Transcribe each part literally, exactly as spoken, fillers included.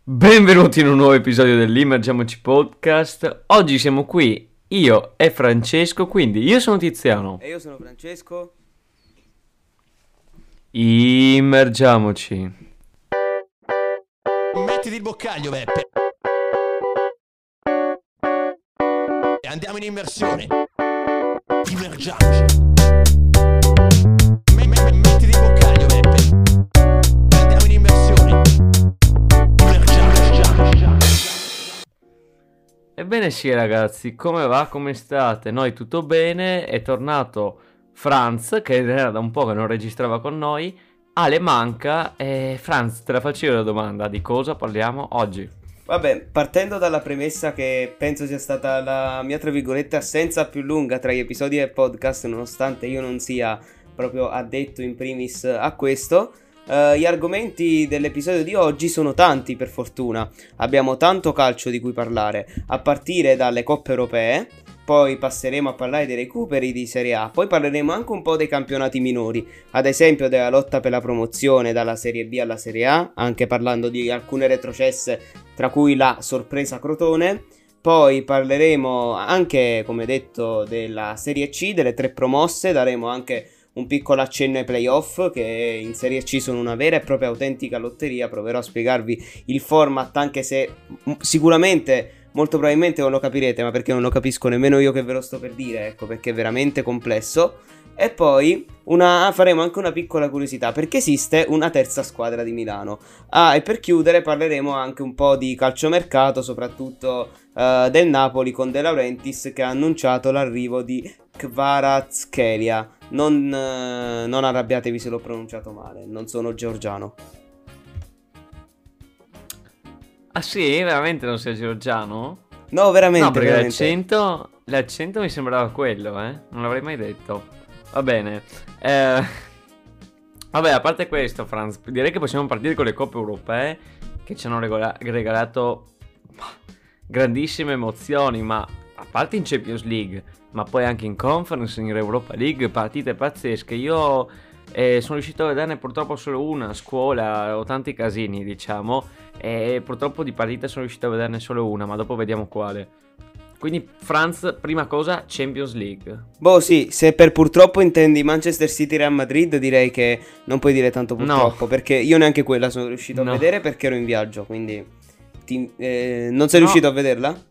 Benvenuti in un nuovo episodio dell'Immergiamoci Podcast. Oggi siamo qui, io e Francesco, quindi io sono Tiziano. E io sono Francesco. Immergiamoci. Mettiti il boccaglio, Beppe. E andiamo in immersione. Immergiamoci. Me- me- Mettiti il boccaglio, Beppe. E andiamo in immersione. Immergiamoci. Ebbene sì ragazzi, come va? Come state? Noi tutto bene, è tornato Franz, che era da un po' che non registrava con noi. Ale manca e Franz, te la faccio io la domanda, di cosa parliamo oggi? Vabbè, partendo dalla premessa che penso sia stata la mia, tra virgolette, assenza più lunga tra gli episodi del podcast, nonostante io non sia proprio addetto in primis a questo, eh, gli argomenti dell'episodio di oggi sono tanti, per fortuna. Abbiamo tanto calcio di cui parlare, a partire dalle coppe europee. Poi passeremo a parlare dei recuperi di Serie A. Poi parleremo anche un po' dei campionati minori, ad esempio della lotta per la promozione dalla Serie B alla Serie A, anche parlando di alcune retrocesse, tra cui la sorpresa Crotone. Poi parleremo anche, come detto, della Serie C, delle tre promosse. Daremo anche un piccolo accenno ai playoff, che in Serie C sono una vera e propria autentica lotteria. Proverò a spiegarvi il format, anche se m- sicuramente... molto probabilmente non lo capirete, ma perché non lo capisco nemmeno io che ve lo sto per dire, ecco, perché è veramente complesso. E poi una, faremo anche una piccola curiosità, perché esiste una terza squadra di Milano. Ah, e per chiudere parleremo anche un po' di calciomercato, soprattutto eh, del Napoli con De Laurentiis, che ha annunciato l'arrivo di Kvaratskhelia. Non, eh, non arrabbiatevi se l'ho pronunciato male, non sono georgiano. Ah sì, veramente non sei georgiano? No, veramente, No, perché veramente. l'accento, l'accento mi sembrava quello, eh? Non l'avrei mai detto. Va bene. Eh, vabbè, a parte questo, Franz, direi che possiamo partire con le coppe europee che ci hanno regola- regalato ma, grandissime emozioni, ma a parte in Champions League, ma poi anche in Conference, in Europa League, partite pazzesche. Io eh, sono riuscito a vederne purtroppo solo una a scuola, ho tanti casini, diciamo. E purtroppo di partita sono riuscito a vederne solo una, ma dopo vediamo quale. Quindi Franz, prima cosa, Champions League. Boh, sì, se per purtroppo intendi Manchester City Real Madrid, direi che non puoi dire tanto purtroppo, No. perché io neanche quella sono riuscito No. a vedere perché ero in viaggio, quindi ti- eh, non sei No. riuscito a vederla?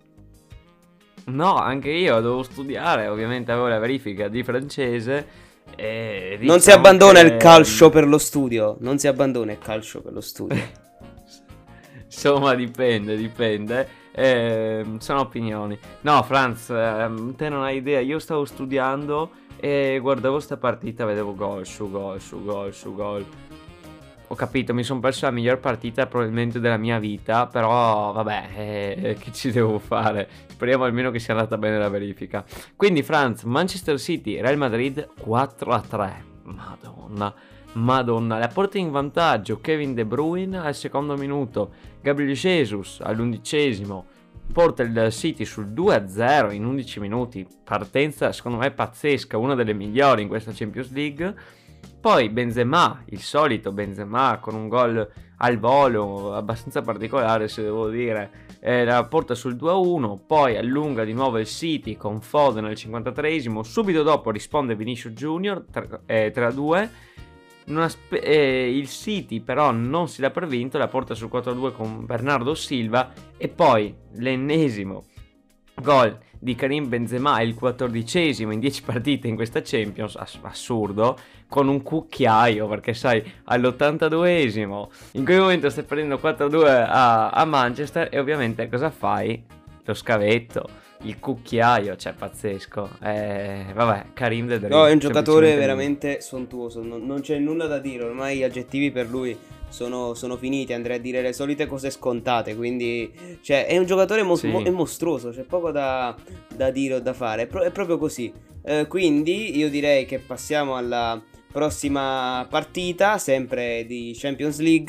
No, anche io dovevo studiare, ovviamente avevo la verifica di francese e Non si diciamo abbandona che- il calcio per lo studio, non si abbandona il calcio per lo studio. Insomma, dipende, dipende. Ehm, sono opinioni. No, Franz, ehm, te non hai idea. Io stavo studiando e guardavo sta partita, vedevo gol su gol, su gol, su gol. Ho capito, mi sono perso la miglior partita probabilmente della mia vita, però vabbè, eh, che ci devo fare? Speriamo almeno che sia andata bene la verifica. Quindi, Franz, Manchester City, Real Madrid quattro a tre. Madonna. Madonna, la porta in vantaggio Kevin De Bruyne al secondo minuto, Gabriel Jesus all'undicesimo porta il City sul due a zero in undici minuti, partenza secondo me pazzesca, una delle migliori in questa Champions League. Poi Benzema, il solito Benzema con un gol al volo abbastanza particolare, se devo dire, eh, la porta sul due a uno, poi allunga di nuovo il City con Foden al cinquantatreesimo, subito dopo risponde Vinicius Junior tre a due. Non aspe- eh, il City però non si dà per vinto, la porta sul quattro a due con Bernardo Silva e poi l'ennesimo gol di Karim Benzema, il quattordicesimo in dieci partite in questa Champions, ass- assurdo, con un cucchiaio, perché sai, all'ottantaduesimo in quel momento stai perdendo quattro a due a, a Manchester e ovviamente cosa fai? Lo scavetto, il cucchiaio, cioè pazzesco. Eh, vabbè, Karim De Bruyne, No, è un giocatore semplicemente lui. veramente sontuoso, non, non c'è nulla da dire, ormai gli aggettivi per lui sono, sono finiti, andrei a dire le solite cose scontate, quindi cioè, è un giocatore mo- Sì. mo- è mostruoso, c'è poco da, da dire o da fare, è, pro- è proprio così. Eh, quindi io direi che passiamo alla prossima partita, sempre di Champions League,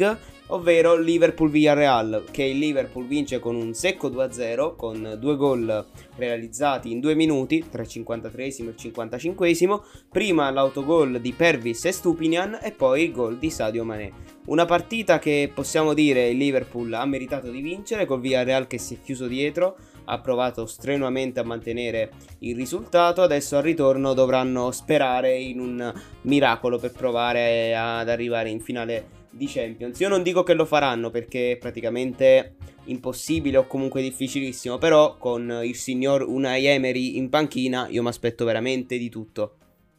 ovvero Liverpool-Villarreal, che il Liverpool vince con un secco due a zero, con due gol realizzati in due minuti, tra il cinquantatreesimo e il cinquantacinquesimo, prima l'autogol di Pervis e Stupinian e poi il gol di Sadio Mané. Una partita che possiamo dire il Liverpool ha meritato di vincere, col Villarreal che si è chiuso dietro, ha provato strenuamente a mantenere il risultato. Adesso al ritorno dovranno sperare in un miracolo per provare ad arrivare in finale di Champions. Io non dico che lo faranno perché è praticamente impossibile o comunque difficilissimo, però con il signor Unai Emery in panchina io mi aspetto veramente di tutto.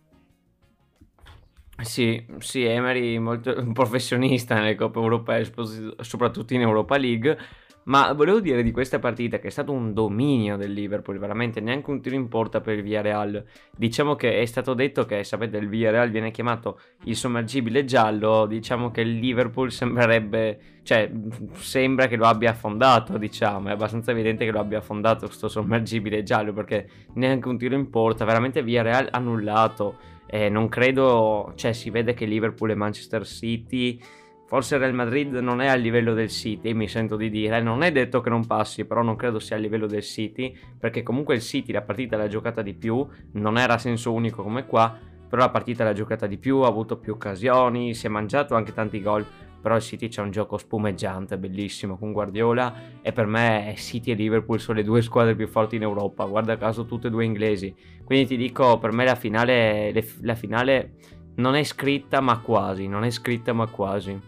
Sì, sì, Emery molto un professionista nelle coppe europee, sp- soprattutto in Europa League. Ma volevo dire di questa partita che è stato un dominio del Liverpool, veramente neanche un tiro in porta per il Villarreal. Diciamo che è stato detto che, sapete, il Villarreal viene chiamato il sommergibile giallo. Diciamo che il Liverpool sembrerebbe, cioè sembra che lo abbia affondato, diciamo, è abbastanza evidente che lo abbia affondato questo sommergibile giallo, perché neanche un tiro in porta, veramente Villarreal annullato. Eh, non credo, cioè si vede che Liverpool e Manchester City, forse il Real Madrid non è a livello del City, mi sento di dire, non è detto che non passi, però non credo sia a livello del City, perché comunque il City la partita l'ha giocata di più, non era a senso unico come qua, però la partita l'ha giocata di più, ha avuto più occasioni, si è mangiato anche tanti gol, però il City c'è un gioco spumeggiante, bellissimo, con Guardiola, e per me City e Liverpool sono le due squadre più forti in Europa, guarda caso tutte e due inglesi, quindi ti dico, per me la finale, le, la finale non è scritta ma quasi, non è scritta ma quasi.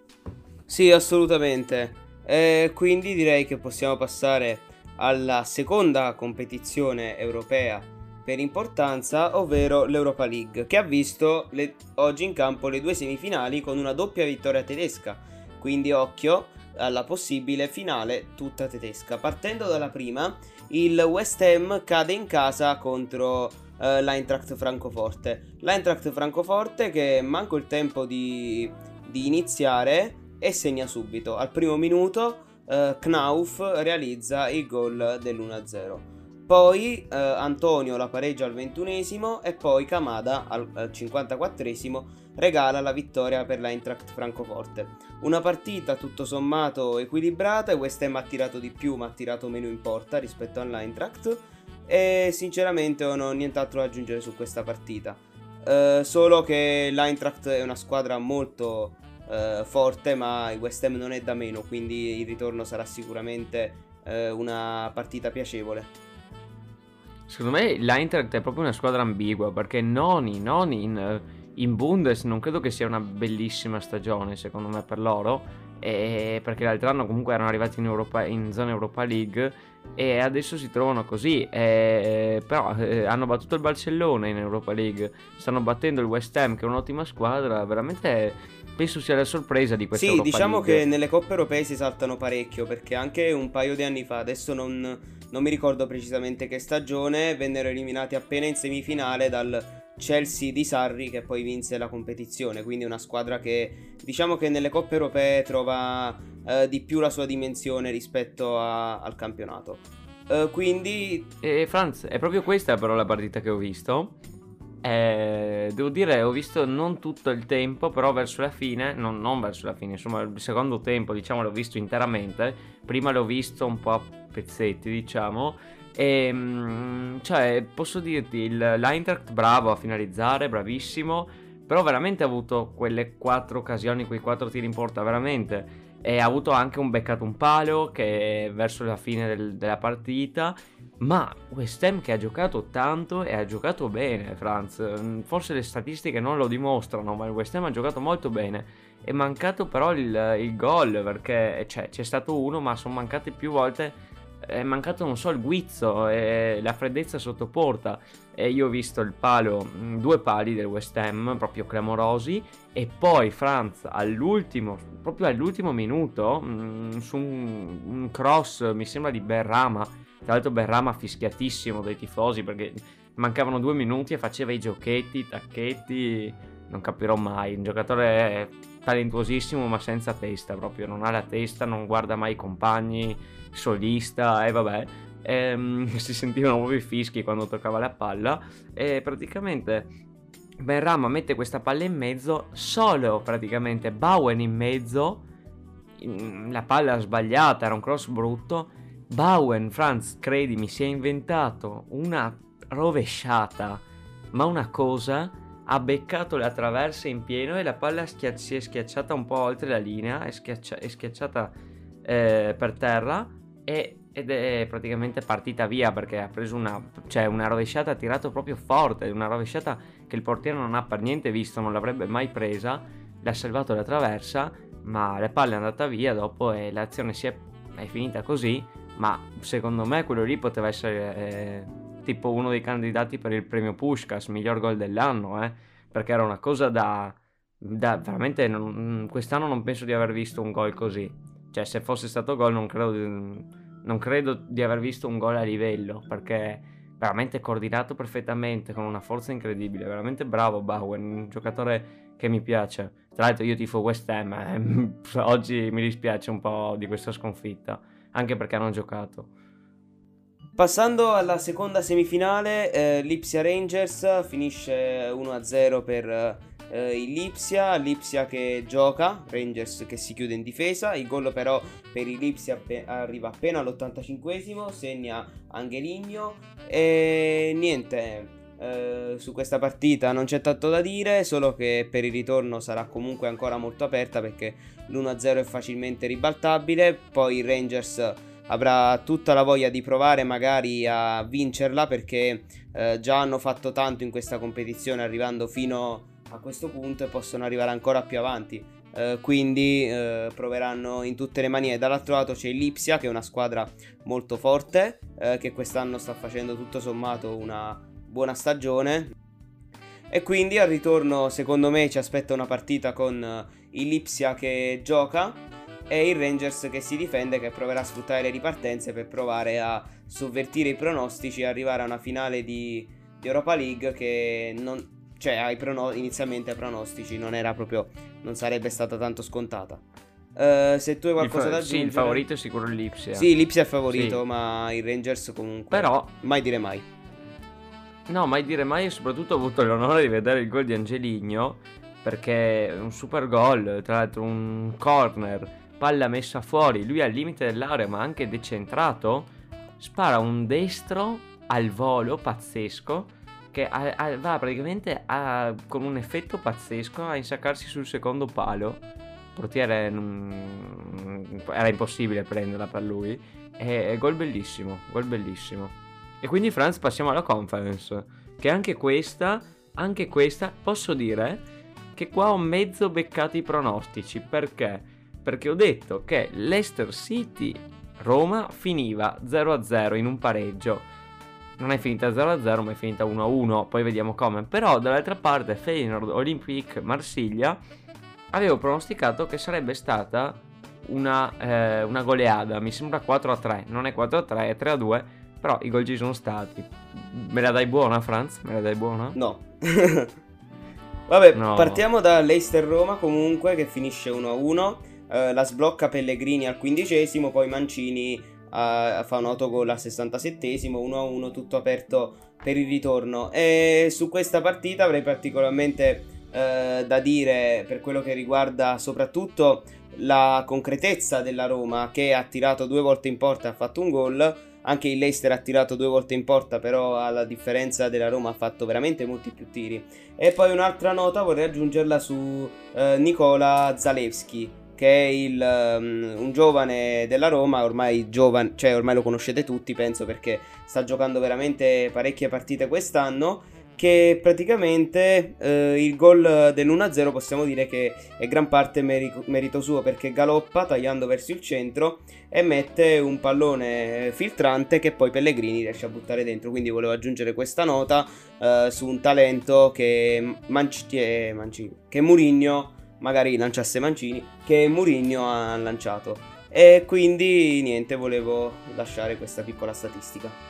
Sì, assolutamente. E quindi direi che possiamo passare alla seconda competizione europea per importanza, ovvero l'Europa League, che ha visto le, oggi in campo le due semifinali con una doppia vittoria tedesca. Quindi occhio alla possibile finale tutta tedesca. Partendo dalla prima, il West Ham cade in casa contro uh, l'Eintracht Francoforte. L'Eintracht Francoforte che manco il tempo di, di iniziare e segna subito. Al primo minuto uh, Knauf realizza il gol dell'uno a zero. Poi uh, Antonio la pareggia al ventunesimo e poi Kamada al, al cinquantaquattresimo regala la vittoria per l'Eintracht Francoforte. Una partita tutto sommato equilibrata, e West Ham ha tirato di più ma ha tirato meno in porta rispetto all'Eintracht, e sinceramente non ho nient'altro da aggiungere su questa partita. Uh, solo che l'Eintracht è una squadra molto uh, forte, ma il West Ham non è da meno, quindi il ritorno sarà sicuramente uh, una partita piacevole. Secondo me l'Eintracht è proprio una squadra ambigua, perché Noni, Noni in, in Bundes non credo che sia una bellissima stagione secondo me per loro, e perché l'altro anno comunque erano arrivati in, Europa, in zona Europa League e adesso si trovano così, e, però eh, hanno battuto il Barcellona in Europa League, stanno battendo il West Ham che è un'ottima squadra, veramente penso sia la sorpresa di questa sì, Europa diciamo League. Che nelle coppe europee si saltano parecchio, perché anche un paio di anni fa, adesso non, non mi ricordo precisamente che stagione, vennero eliminati appena in semifinale dal Chelsea di Sarri, che poi vinse la competizione. Quindi una squadra che diciamo che nelle coppe europee trova eh, di più la sua dimensione rispetto a, al campionato. Uh, quindi E Franz, è proprio questa però la partita che ho visto. Eh, devo dire, ho visto non tutto il tempo, però verso la fine, non, non verso la fine, insomma, il secondo tempo, diciamo, l'ho visto interamente. Prima l'ho visto un po' a pezzetti, diciamo. E cioè, posso dirti, il, l'Eintracht bravo a finalizzare, bravissimo, però veramente ha avuto quelle quattro occasioni, quei quattro tiri in porta, veramente. E ha avuto anche un beccato un palo che verso la fine del, della partita. Ma West Ham che ha giocato tanto e ha giocato bene, Franz. Forse le statistiche non lo dimostrano, ma il West Ham ha giocato molto bene. È mancato però il, il gol, perché cioè, c'è stato uno, ma sono mancate più volte. È mancato, non so, il guizzo e la freddezza sotto porta. E io ho visto il palo, due pali del West Ham proprio clamorosi. E poi Franz all'ultimo, proprio all'ultimo minuto, mh, su un, un cross, mi sembra di Benrahma. Tra l'altro Benrahma fischiatissimo dai tifosi, perché mancavano due minuti e faceva i giochetti, i tacchetti, non capirò mai. Un giocatore talentuosissimo ma senza testa, proprio non ha la testa, non guarda mai i compagni, solista, e vabbè. Ehm, si sentivano proprio i fischi quando toccava la palla. E praticamente Benrahma mette questa palla in mezzo, solo praticamente Bowen in mezzo, in- la palla sbagliata, era un cross brutto. Bowen, Franz, credimi, si è inventato una rovesciata, ma una cosa, ha beccato le traverse in pieno e la palla schiacci- si è schiacciata un po' oltre la linea, è, schiaccia- è schiacciata eh, per terra e- ed è praticamente partita via perché ha preso una, cioè una rovesciata, ha tirato proprio forte, una rovesciata che il portiere non ha per niente visto, non l'avrebbe mai presa, l'ha salvato la traversa, ma la palla è andata via dopo e l'azione si è, è finita così, ma secondo me quello lì poteva essere eh, tipo uno dei candidati per il premio Puskás, miglior gol dell'anno, eh, perché era una cosa da, da veramente non- quest'anno non penso di aver visto un gol così, cioè se fosse stato gol non credo di, non credo di aver visto un gol a livello, perché veramente coordinato perfettamente, con una forza incredibile, veramente bravo Bowen, un giocatore che mi piace. Tra l'altro io tifo West Ham, eh, oggi mi dispiace un po' di questa sconfitta, anche perché hanno giocato. Passando alla seconda semifinale, eh, Lipsia Rangers finisce uno a zero per eh, il Lipsia, Lipsia che gioca, Rangers che si chiude in difesa, il gol però per il Lipsia appe- arriva appena all'ottantacinquesimo, segna Angeligno e niente, eh, su questa partita non c'è tanto da dire, solo che per il ritorno sarà comunque ancora molto aperta perché l'uno a zero è facilmente ribaltabile, poi il Rangers avrà tutta la voglia di provare magari a vincerla perché eh, già hanno fatto tanto in questa competizione arrivando fino a questo punto e possono arrivare ancora più avanti, eh, quindi eh, proveranno in tutte le maniere. Dall'altro lato c'è il Lipsia che è una squadra molto forte, eh, che quest'anno sta facendo tutto sommato una buona stagione e quindi al ritorno secondo me ci aspetta una partita con eh, il Lipsia che gioca e il Rangers che si difende, che proverà a sfruttare le ripartenze per provare a sovvertire i pronostici e arrivare a una finale di, di Europa League che non, cioè ai prono- inizialmente ai pronostici non era proprio, non sarebbe stata tanto scontata. Eh, se tu hai qualcosa Il fa- da sì, aggiungere. il favorito è sicuro il Lipsia. Sì, l'Ipsia è favorito, Sì. ma il Rangers comunque Però mai dire mai. no, mai dire mai, e soprattutto ho avuto l'onore di vedere il gol di Angeligno, perché è un super gol, tra l'altro un corner, palla messa fuori, lui al limite dell'area ma anche decentrato, spara un destro al volo pazzesco che a- a- va praticamente a- con un effetto pazzesco a insaccarsi sul secondo palo. Il portiere non- era impossibile prenderla per lui. E gol bellissimo, gol bellissimo. E quindi Franz passiamo alla conference, che anche questa, anche questa posso dire che qua ho mezzo beccato i pronostici. Perché? Perché ho detto che Leicester City Roma finiva zero a zero in un pareggio. Non è finita zero a zero ma è finita uno a uno, poi vediamo come. Però dall'altra parte Feyenoord Olympique Marsiglia avevo pronosticato che sarebbe stata una, eh, una goleada, mi sembra quattro a tre, non è quattro a tre, è tre a due, però i gol ci sono stati. Me la dai buona, Franz? Me la dai buona? No. Vabbè, No. partiamo da Leicester Roma comunque che finisce uno a uno. Eh, la sblocca Pellegrini al quindicesimo, poi Mancini eh, fa un autogol al sessantasettesimo, uno a uno, tutto aperto per il ritorno. E su questa partita avrei particolarmente eh, da dire per quello che riguarda soprattutto la concretezza della Roma, che ha tirato due volte in porta e ha fatto un gol. Anche il Leicester ha tirato due volte in porta, però alla differenza della Roma ha fatto veramente molti più tiri. E poi un'altra nota vorrei aggiungerla su eh, Nicola Zalewski, che è il, um, un giovane della Roma, ormai giovane, cioè ormai lo conoscete tutti penso perché sta giocando veramente parecchie partite quest'anno, che praticamente eh, il gol dell'uno a zero possiamo dire che è gran parte meri- merito suo, perché galoppa tagliando verso il centro e mette un pallone filtrante che poi Pellegrini riesce a buttare dentro. Quindi volevo aggiungere questa nota eh, su un talento che Manci- che, Mancini, che Mourinho magari lanciasse Mancini, che Mourinho ha lanciato. E quindi niente, volevo lasciare questa piccola statistica.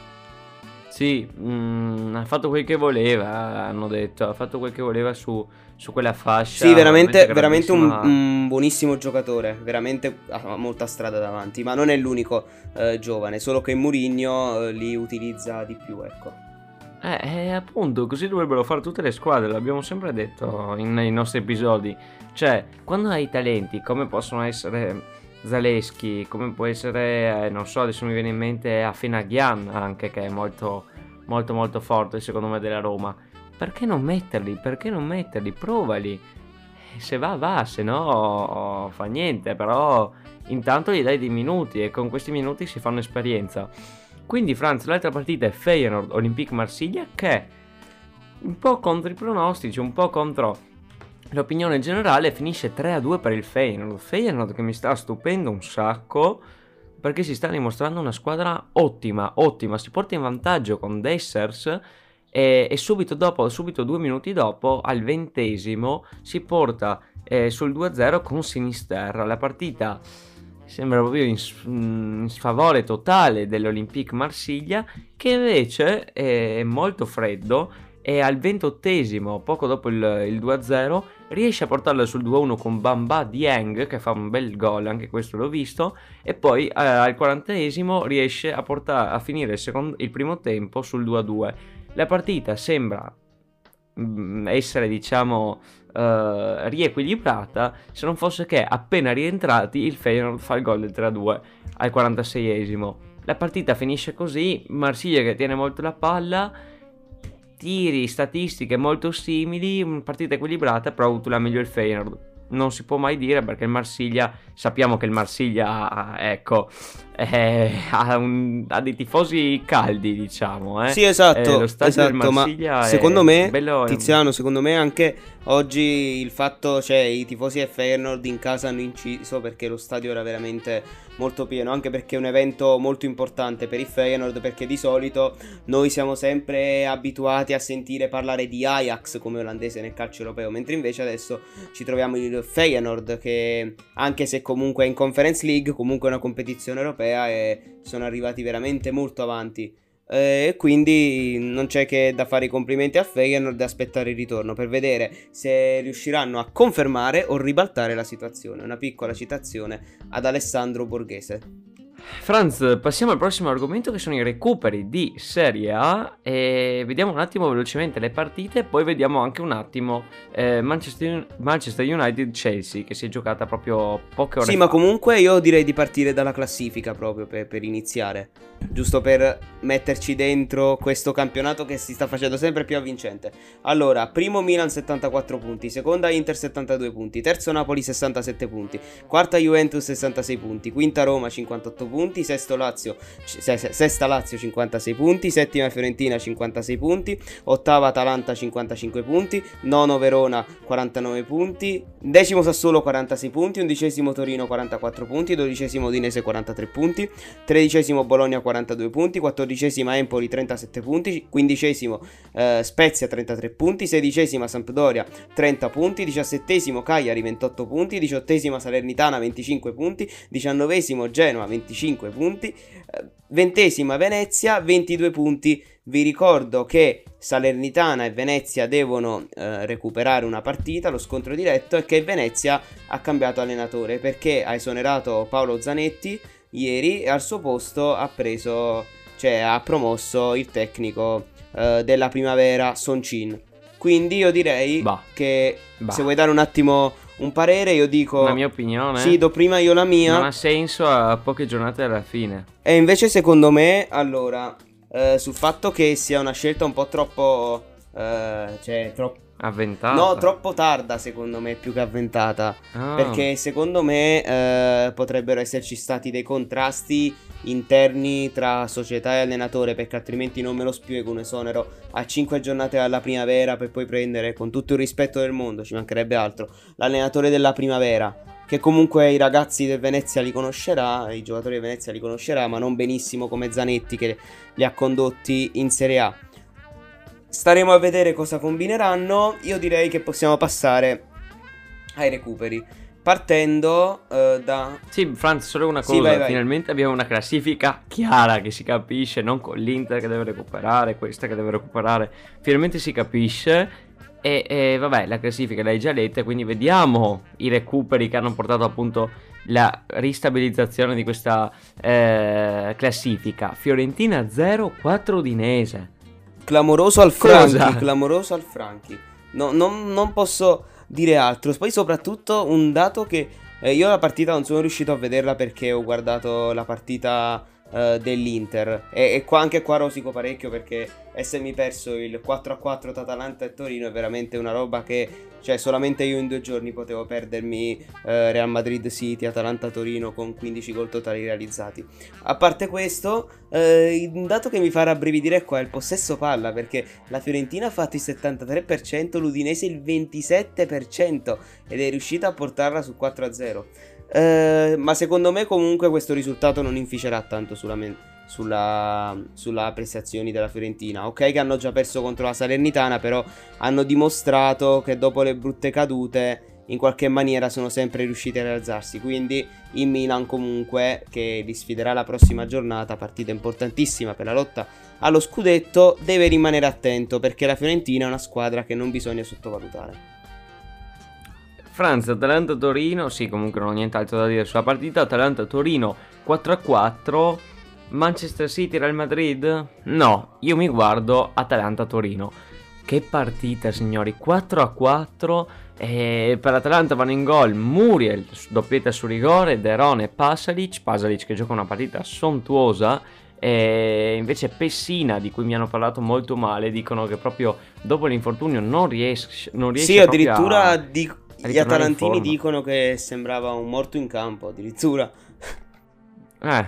Sì, mm, ha fatto quel che voleva, hanno detto, ha fatto quel che voleva su, su quella fascia. Sì, veramente, veramente un, grandissima. un buonissimo giocatore, veramente ha molta strada davanti, ma non è l'unico eh, giovane, solo che Mourinho eh, li utilizza di più, ecco. Eh, eh, appunto, così dovrebbero fare tutte le squadre, l'abbiamo sempre detto in- nei nostri episodi. Cioè, quando hai talenti come possono essere Zaleschi, come può essere, eh, non so, adesso mi viene in mente Afenaghian anche, che è molto, molto, molto forte secondo me della Roma. Perché non metterli? Perché non metterli? Provali. Eh, Se va, va, se no fa niente, però intanto gli dai dei minuti e con questi minuti si fa un'esperienza. Quindi Franz, l'altra partita è Feyenoord Olympique Marsiglia, che un po' contro i pronostici, un po' contro l'opinione generale, finisce tre a due per il Feyenoord. Feyenoord che mi sta stupendo un sacco, perché si sta dimostrando una squadra ottima, ottima, si porta in vantaggio con Dessers e, e subito dopo, subito due minuti dopo, al ventesimo, si porta eh, sul due a zero con Sinisterra. La partita sembra proprio in, s- in sfavore totale dell'Olympique Marsiglia, che invece è molto freddo e al ventottesimo, poco dopo il, il due a zero, riesce a portarla sul due a uno con Bamba Dieng, che fa un bel gol, anche questo l'ho visto, e poi eh, al quarantesimo riesce a, portare, a finire il, secondo, il primo tempo sul due a due. La partita sembra mm, essere, diciamo, eh, riequilibrata, se non fosse che appena rientrati il Feyenoord fa il gol del tre a due al quarantaseiesimo. La partita finisce così, Marsiglia che tiene molto la palla, tiri, statistiche molto simili, una partita equilibrata, però ha avuto la meglio il Feyenoord. Non si può mai dire, perché il Marsiglia, sappiamo che il Marsiglia ha, ecco, eh, ha, un- ha dei tifosi caldi, diciamo, eh. Sì, Eh, esatto, lo stadio del esatto, ma Marsiglia secondo è me, bello. Tiziano, secondo me anche oggi il fatto, cioè i tifosi del Feyenoord in casa hanno inciso perché lo stadio era veramente molto pieno, anche perché è un evento molto importante per il Feyenoord, perché di solito noi siamo sempre abituati a sentire parlare di Ajax come olandese nel calcio europeo, mentre invece adesso ci troviamo il Feyenoord che, anche se comunque è in Conference League, comunque è una competizione europea e sono arrivati veramente molto avanti. E eh, quindi non c'è che da fare i complimenti a Feyenoord e aspettare il ritorno per vedere se riusciranno a confermare o ribaltare la situazione. Una piccola citazione ad Alessandro Borghese. Franz, passiamo al prossimo argomento, che sono i recuperi di Serie A, e vediamo un attimo velocemente le partite e poi vediamo anche un attimo eh, Manchester, Manchester United-Chelsea, che si è giocata proprio poche ore Sì, fa. ma comunque io direi di partire dalla classifica proprio per, per iniziare, giusto per metterci dentro questo campionato che si sta facendo sempre più avvincente. Allora, primo Milan settantaquattro punti, seconda Inter settantadue punti, terzo Napoli sessantasette punti, quarta Juventus sessantasei punti, quinta Roma cinquantotto punti, sesto Lazio, se- se- sesta Lazio cinquantasei punti, settima Fiorentina cinquantasei punti, ottava Atalanta cinquantacinque punti, nono Verona quarantanove punti, decimo Sassuolo quarantasei punti, undicesimo Torino quarantaquattro punti, dodicesimo Udinese quarantatré punti, tredicesimo Bologna quarantadue punti, quattordicesima Empoli trentasette punti, quindicesimo eh, Spezia trentatré punti, sedicesima Sampdoria trenta punti, diciassettesimo Cagliari ventotto punti, diciottesima Salernitana venticinque punti, diciannovesimo Genoa venticinque punti, eh, ventesima Venezia ventidue punti. Vi ricordo che Salernitana e Venezia devono eh, recuperare una partita, lo scontro diretto, e che Venezia ha cambiato allenatore perché ha esonerato Paolo Zanetti ieri e al suo posto ha preso, cioè ha promosso il tecnico eh, della primavera Soncin. Quindi io direi Bah. che Bah. se vuoi dare un attimo un parere, io dico La mia opinione? sì, do prima io la mia. Non ha senso a poche giornate dalla fine. E invece secondo me, allora, eh, sul fatto che sia una scelta un po' troppo, eh, cioè troppo, Avventata. no, troppo tarda secondo me, più che avventata, Ah. perché secondo me eh, potrebbero esserci stati dei contrasti interni tra società e allenatore, perché altrimenti non me lo spiego un esonero a cinque giornate dalla primavera per poi prendere, con tutto il rispetto del mondo, ci mancherebbe altro, l'allenatore della primavera, che comunque i ragazzi del Venezia li conoscerà, i giocatori del Venezia li conoscerà, ma non benissimo come Zanetti che li ha condotti in Serie A. Staremo a vedere cosa combineranno. Io direi che possiamo passare ai recuperi, partendo eh, da... Sì, Franz, solo una Sì, cosa, vai, vai. finalmente abbiamo una classifica chiara, che si capisce, non con l'Inter che deve recuperare, questa che deve recuperare, finalmente si capisce. E, e vabbè, la classifica l'hai già letta, quindi vediamo i recuperi che hanno portato appunto la ristabilizzazione di questa eh, classifica. Fiorentina zero, quattro Udinese. clamoroso al Franchi, Cosa? clamoroso al Franchi. No, non, non posso dire altro. Poi soprattutto un dato che eh, io la partita non sono riuscito a vederla perché ho guardato la partita eh, dell'Inter e, e qua, anche qua rosico parecchio perché essermi perso il quattro a quattro tra Atalanta e Torino è veramente una roba che, cioè, solamente io in due giorni potevo perdermi eh, Real Madrid City, Atalanta Torino con quindici gol totali realizzati. A parte questo, eh, un dato che mi fa rabbrividire qua è il possesso palla, perché la Fiorentina ha fatto il settantatré per cento, l'Udinese il ventisette per cento ed è riuscita a portarla su quattro a zero. Eh, ma secondo me comunque questo risultato non inficerà tanto sulla, men- sulla, sulla prestazioni della Fiorentina. Ok che hanno già perso contro la Salernitana, però hanno dimostrato che dopo le brutte cadute in qualche maniera sono sempre riusciti a rialzarsi. Quindi il Milan comunque, che li sfiderà la prossima giornata, partita importantissima per la lotta allo scudetto, deve rimanere attento perché la Fiorentina è una squadra che non bisogna sottovalutare. Franz, Atalanta-Torino, sì, comunque non ho nient'altro da dire sulla partita. Atalanta-Torino quattro a quattro. Manchester City-Real Madrid? No, io mi guardo Atalanta-Torino. Che partita, signori, quattro a quattro. E per l'Atalanta vanno in gol Muriel, doppietta su rigore, Derone e Pasalic. Pasalic che gioca una partita sontuosa. E invece Pessina, di cui mi hanno parlato molto male, dicono che proprio dopo l'infortunio non riesce, non riesce Sì, proprio addirittura a... di- gli ritornare in atalantini forma. dicono che sembrava un morto in campo, addirittura. Eh,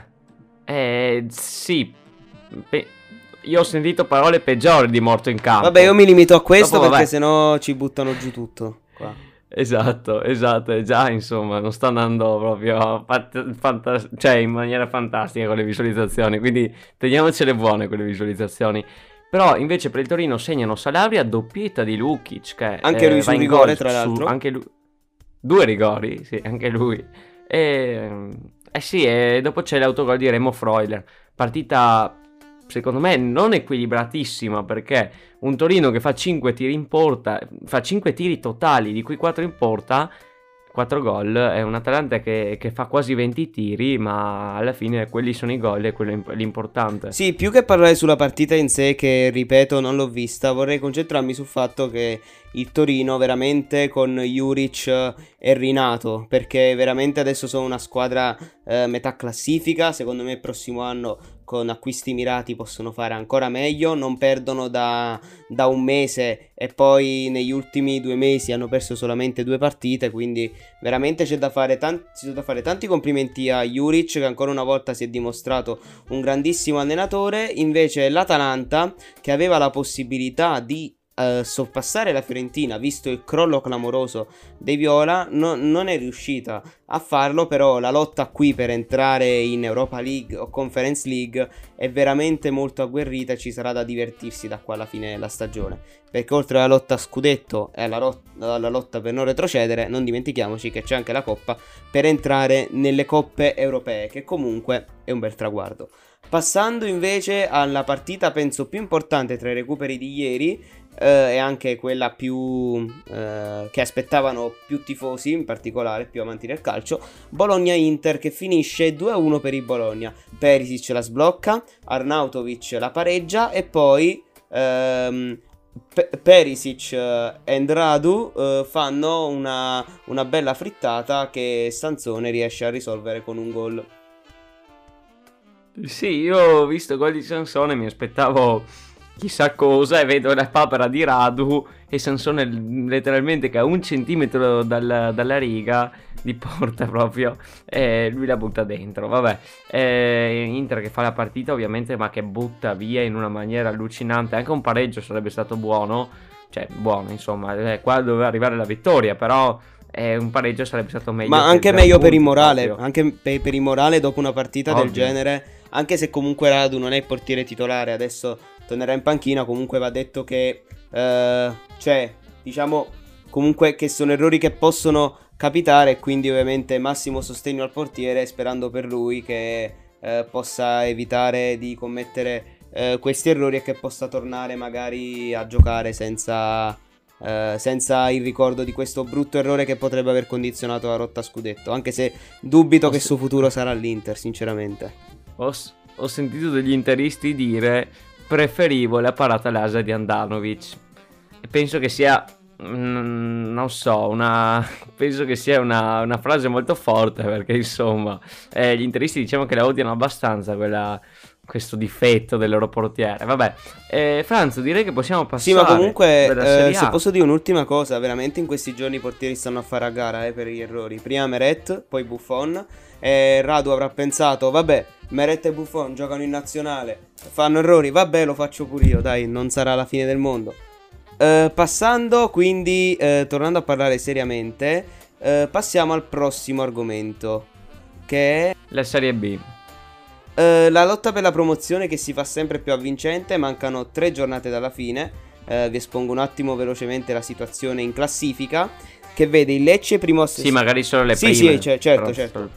eh sì, Pe- io ho sentito parole peggiori di morto in campo. Vabbè, io mi limito a questo Dopo, perché vabbè. sennò ci buttano giù tutto qua. Esatto, esatto, e già insomma non sta andando proprio fat- fanta- cioè in maniera fantastica con le visualizzazioni, quindi teniamocele buone quelle visualizzazioni. Però invece per il Torino segnano Sanabria, doppietta di Lukic che Anche eh, lui va su in rigore, gol tra su- l'altro. anche lui, due rigori, sì, anche lui. E, eh sì, e dopo c'è l'autogol di Remo Freuler, partita secondo me non equilibratissima perché un Torino che fa cinque tiri in porta, fa cinque tiri totali, di cui quattro in porta, quattro gol, è un Atalanta che, che fa quasi venti tiri, ma alla fine quelli sono i gol e quello è imp- l'importante. Sì, più che parlare sulla partita in sé, che ripeto non l'ho vista, vorrei concentrarmi sul fatto che il Torino veramente con Juric è rinato, perché veramente adesso sono una squadra eh, metà classifica. Secondo me il prossimo anno con acquisti mirati possono fare ancora meglio, non perdono da, da un mese e poi negli ultimi due mesi hanno perso solamente due partite, quindi veramente c'è da fare tanti, c'è da fare tanti complimenti a Juric, che ancora una volta si è dimostrato un grandissimo allenatore. Invece l'Atalanta, che aveva la possibilità di eh, sorpassare la Fiorentina visto il crollo clamoroso dei Viola, no, non è riuscita a farlo. Però la lotta qui per entrare in Europa League o Conference League è veramente molto agguerrita e ci sarà da divertirsi da qua alla fine della stagione, perché oltre alla lotta a scudetto e alla, rot- alla lotta per non retrocedere, non dimentichiamoci che c'è anche la Coppa per entrare nelle coppe europee, che comunque è un bel traguardo. Passando invece alla partita penso più importante tra i recuperi di ieri, eh, e anche quella più eh, che aspettavano più tifosi, in particolare più amanti del calcio, Bologna-Inter, che finisce due a uno per il Bologna. Perisic la sblocca, Arnautovic la pareggia e poi ehm, Pe- Perisic e Radu eh, fanno una, una bella frittata che Sansone riesce a risolvere con un gol. Sì, io ho visto gol di Sansone, mi aspettavo chissà cosa e vedo la papera di Radu e Sansone letteralmente che a un centimetro dal- dalla riga di porta proprio e lui la butta dentro. Vabbè, eh, Inter che fa la partita ovviamente, ma che butta via in una maniera allucinante. Anche un pareggio sarebbe stato buono, cioè buono insomma, eh, qua doveva arrivare la vittoria, però eh, un pareggio sarebbe stato meglio. Ma che anche zero meglio per punti Immorale, proprio. anche pe- per Immorale dopo una partita del Ovvio. genere, anche se comunque Radu non è il portiere titolare, adesso tornerà in panchina, comunque va detto che eh, cioè diciamo comunque che sono errori che possono capitare, quindi ovviamente massimo sostegno al portiere, sperando per lui che eh, possa evitare di commettere eh, questi errori e che possa tornare magari a giocare senza eh, senza il ricordo di questo brutto errore che potrebbe aver condizionato la rotta scudetto, anche se dubito che il suo futuro sarà all'Inter, sinceramente. Ho, s- ho sentito degli interisti dire preferivo la parata laser di Handanovic. E penso che sia, mm, non so, una penso che sia una, una frase molto forte, perché insomma eh, gli interisti diciamo che la odiano abbastanza quella, questo difetto del loro portiere. Vabbè, eh, Franzo, direi che possiamo passare. Sì, ma comunque, della eh, Serie se A. posso dire un'ultima cosa, veramente in questi giorni i portieri stanno a fare a gara eh, per gli errori. Prima Meret, poi Buffon. E Radu avrà pensato, vabbè, Meret e Buffon giocano in nazionale, fanno errori, vabbè, lo faccio pure io, dai, non sarà la fine del mondo. Eh, passando, quindi, eh, tornando a parlare seriamente, eh, passiamo al prossimo argomento, che è La Serie B. eh, la lotta per la promozione, che si fa sempre più avvincente. Mancano tre giornate dalla fine. Eh, vi espongo un attimo velocemente la situazione in classifica, che vede il Lecce primo a Sì, magari solo le Sì, prime. sì, cioè, certo, però- certo.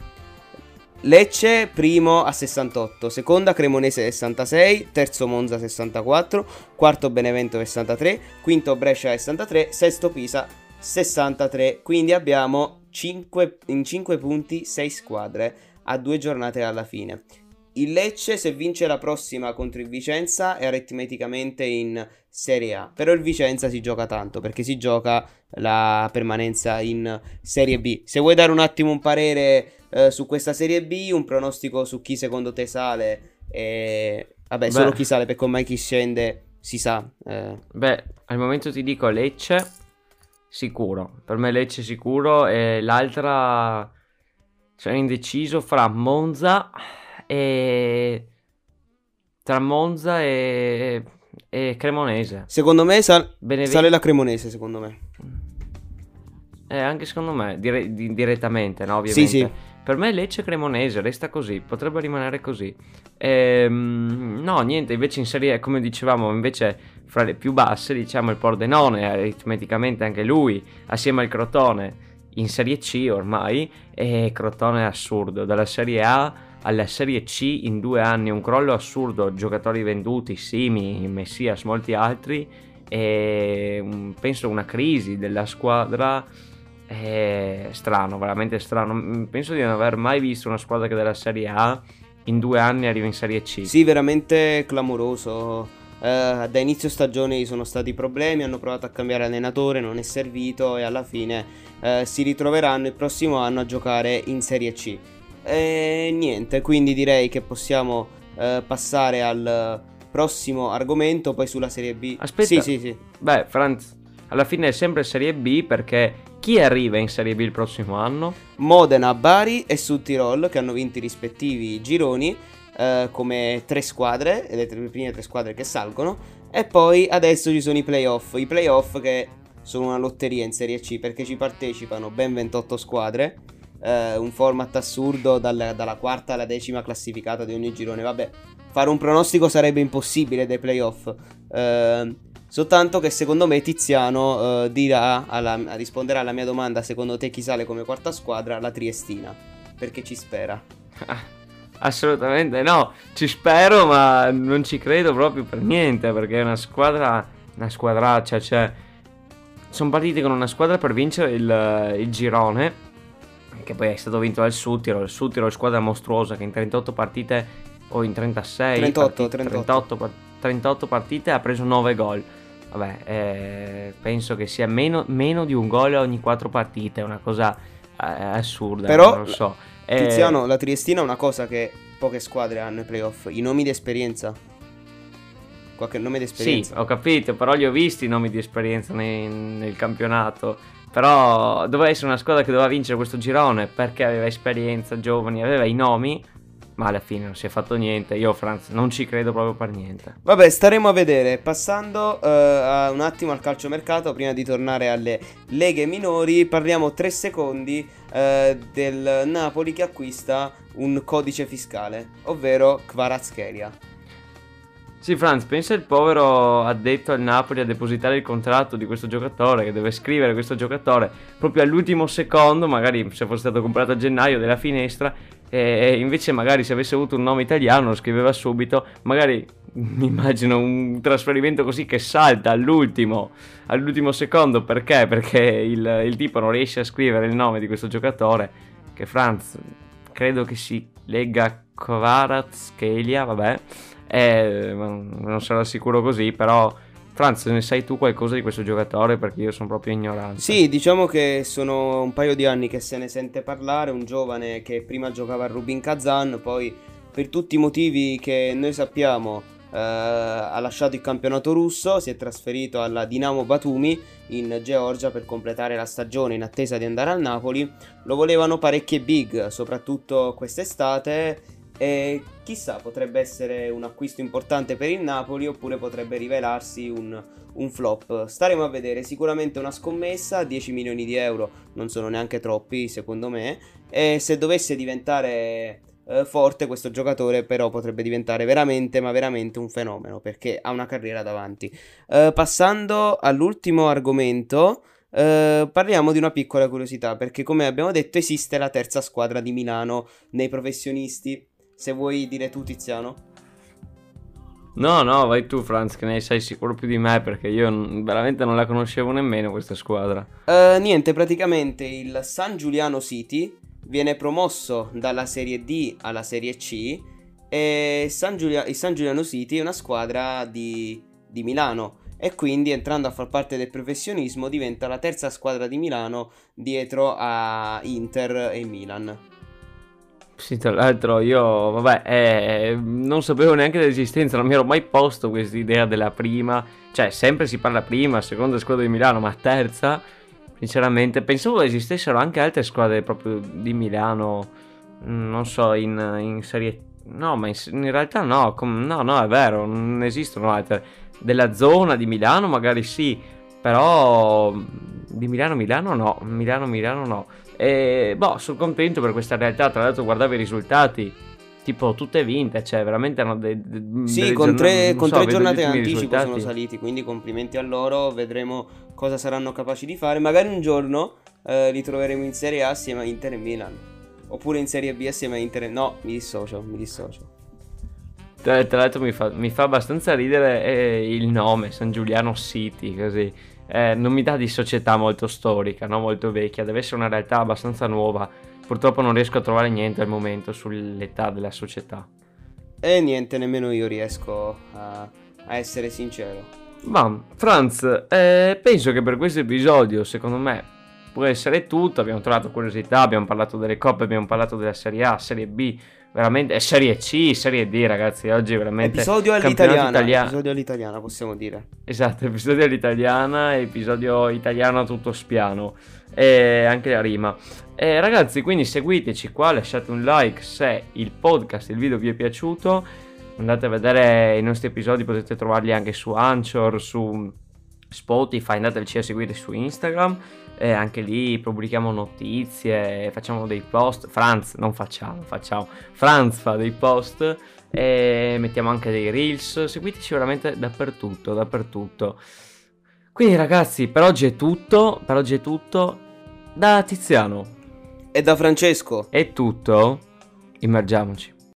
Lecce primo a sessantotto, seconda Cremonese sessantasei, terzo Monza sessantaquattro, quarto Benevento sessantatré, quinto Brescia sessantatré, sesto Pisa sessantatré. Quindi abbiamo cinque, in cinque punti sei squadre a due giornate alla fine. Il Lecce, se vince la prossima contro il Vicenza, è aritmeticamente in Serie A. Però il Vicenza si gioca tanto, perché si gioca la permanenza in Serie B. Se vuoi dare un attimo un parere eh, su questa Serie B, un pronostico su chi secondo te sale, e vabbè, Beh. solo chi sale, perché ormai chi scende si sa. eh. Beh, al momento ti dico Lecce sicuro. Per me Lecce sicuro, e l'altra sono indeciso fra Monza e tra Monza e, e Cremonese. Secondo me sal- Benevento- sale la Cremonese, secondo me. Eh, anche secondo me, dire- di- direttamente, no, ovviamente. Sì, sì. Per me Lecce Cremonese resta così, potrebbe rimanere così. Ehm, no, niente, invece in Serie, come dicevamo, invece fra le più basse, diciamo il Pordenone, aritmeticamente anche lui, assieme al Crotone, in Serie C ormai, e Crotone è assurdo, dalla Serie A alla Serie C in due anni, un crollo assurdo, giocatori venduti, Simi, Messias, molti altri, e un- penso una crisi della squadra. È strano, veramente strano. Mm, Penso di non aver mai visto una squadra che dalla Serie A in due anni arriva in Serie C. Sì, veramente clamoroso. Eh, da inizio stagione sono stati problemi, hanno provato a cambiare allenatore, non è servito, e alla fine eh, si ritroveranno il prossimo anno a giocare in Serie C. E niente, quindi direi che possiamo eh, passare al prossimo argomento, poi sulla Serie B. Aspetta. Sì, sì, sì. Beh, Franz, alla fine è sempre Serie B, perché chi arriva in Serie B il prossimo anno? Modena, Bari e Südtirol, che hanno vinto i rispettivi gironi eh, come tre squadre, le tre- le prime tre squadre che salgono. E poi adesso ci sono i playoff. I playoff che sono una lotteria in Serie C, perché ci partecipano ben ventotto squadre. eh, un format assurdo dal- dalla quarta alla decima classificata di ogni girone. Vabbè, fare un pronostico sarebbe impossibile dei playoff. Eh, soltanto che secondo me Tiziano eh, dirà alla- risponderà alla mia domanda: secondo te chi sale come quarta squadra? La Triestina, perché ci spera. Assolutamente no, ci spero, ma non ci credo proprio per niente, perché è una squadra, una squadraccia, cioè sono partiti con una squadra per vincere il, il girone, che poi è stato vinto dal Südtirol. Il Südtirol è squadra mostruosa che in trentotto partite o in trentasei trentotto, partite, trentotto. trentotto par- trentotto partite ha preso nove gol. Vabbè, eh, penso che sia meno, meno di un gol ogni quattro partite, è una cosa eh, assurda, Però, non lo so. Eh, Tiziano, la Triestina ha una cosa che poche squadre hanno ai playoff: i nomi di esperienza. Qualche nome di Sì, esperienza. ho capito, però li ho visti i nomi di esperienza nei- nel campionato. Però doveva essere una squadra che doveva vincere questo girone, perché aveva esperienza, giovani, aveva i nomi, ma alla fine non si è fatto niente. Io, Franz, non ci credo proprio per niente. Vabbè, staremo a vedere. Passando eh, a un attimo al calciomercato, prima di tornare alle leghe minori, parliamo tre secondi eh, del Napoli che acquista un codice fiscale, ovvero Kvaratskhelia. Sì, Franz, pensa il povero addetto al Napoli a depositare il contratto di questo giocatore, che deve scrivere questo giocatore proprio all'ultimo secondo, magari se fosse stato comprato a gennaio, della finestra, e invece magari se avesse avuto un nome italiano lo scriveva subito. Magari mi immagino un trasferimento così che salta all'ultimo, all'ultimo secondo. Perché? Perché il, il tipo non riesce a scrivere il nome di questo giocatore, che Franz credo che si legga Kvaratskhelia, vabbè. eh, non sarà sicuro così, però Franz, ne sai tu qualcosa di questo giocatore? Perché io sono proprio ignorante. Sì, diciamo che sono un paio di anni che se ne sente parlare, un giovane che prima giocava a Rubin Kazan, poi per tutti i motivi che noi sappiamo eh, ha lasciato il campionato russo, si è trasferito alla Dinamo Batumi in Georgia per completare la stagione in attesa di andare al Napoli. Lo volevano parecchie big, soprattutto quest'estate, e chissà, potrebbe essere un acquisto importante per il Napoli oppure potrebbe rivelarsi un, un flop. Staremo a vedere, sicuramente una scommessa, dieci milioni di euro non sono neanche troppi secondo me, e se dovesse diventare eh, forte questo giocatore però potrebbe diventare veramente ma veramente un fenomeno, perché ha una carriera davanti. Eh, passando all'ultimo argomento, eh, parliamo di una piccola curiosità, perché come abbiamo detto esiste la terza squadra di Milano nei professionisti. Se vuoi dire tu, Tiziano. No, no, vai tu Franz, che ne sai sicuro più di me, perché io n- veramente non la conoscevo nemmeno questa squadra. Eh, niente, praticamente il San Giuliano City viene promosso dalla Serie D alla Serie C e San Giulia- il San Giuliano City è una squadra di, di Milano e quindi entrando a far parte del professionismo diventa la terza squadra di Milano dietro a Inter e Milan. Sì, tra l'altro io, vabbè, eh, non sapevo neanche dell'esistenza, non mi ero mai posto questa idea della prima, cioè sempre si parla prima, seconda squadra di Milano, ma terza, sinceramente, pensavo esistessero anche altre squadre proprio di Milano, mm, non so, in, in serie, no, ma in, in realtà no, com- no, no, è vero, non esistono altre, della zona di Milano magari sì, però di Milano Milano no, Milano Milano no. E boh, sono contento per questa realtà. Tra l'altro guardavo i risultati, tipo tutte vinte, cioè veramente hanno dei, de- Sì, delle con giorn- tre, non con so, tre vedo gli giornate in ultimi anticipo risultati. sono saliti, quindi complimenti a loro, vedremo cosa saranno capaci di fare. Magari un giorno eh, li troveremo in Serie A assieme a Inter e Milan, oppure in Serie B assieme a Inter e... No, mi dissocio, mi dissocio. Tra, tra l'altro mi fa, mi fa abbastanza ridere eh, il nome, San Giuliano City, così. Eh, non mi dà di società molto storica, no? Molto vecchia, deve essere una realtà abbastanza nuova. Purtroppo non riesco a trovare niente al momento sull'età della società. E niente, nemmeno io riesco a, a essere sincero. Ma Franz, eh, penso che per questo episodio, secondo me, può essere tutto. Abbiamo trovato curiosità, abbiamo parlato delle coppe, abbiamo parlato della Serie A, Serie B, veramente, e Serie C, Serie D, ragazzi. Oggi è veramente Episodio campionato all'italiana, italiano. episodio all'italiana possiamo dire. Esatto, episodio all'italiana, episodio italiano a tutto spiano, e anche la rima. E ragazzi, quindi seguiteci qua, lasciate un like se il podcast, il video vi è piaciuto. Andate a vedere i nostri episodi, potete trovarli anche su Anchor, su Spotify, andateci a seguire su Instagram. E anche lì pubblichiamo notizie, facciamo dei post. Franz, non facciamo, facciamo. Franz fa dei post e mettiamo anche dei reels. Seguiteci veramente dappertutto, dappertutto. Quindi ragazzi, per oggi è tutto. Per oggi è tutto. Da Tiziano E da Francesco. è tutto. Immergiamoci.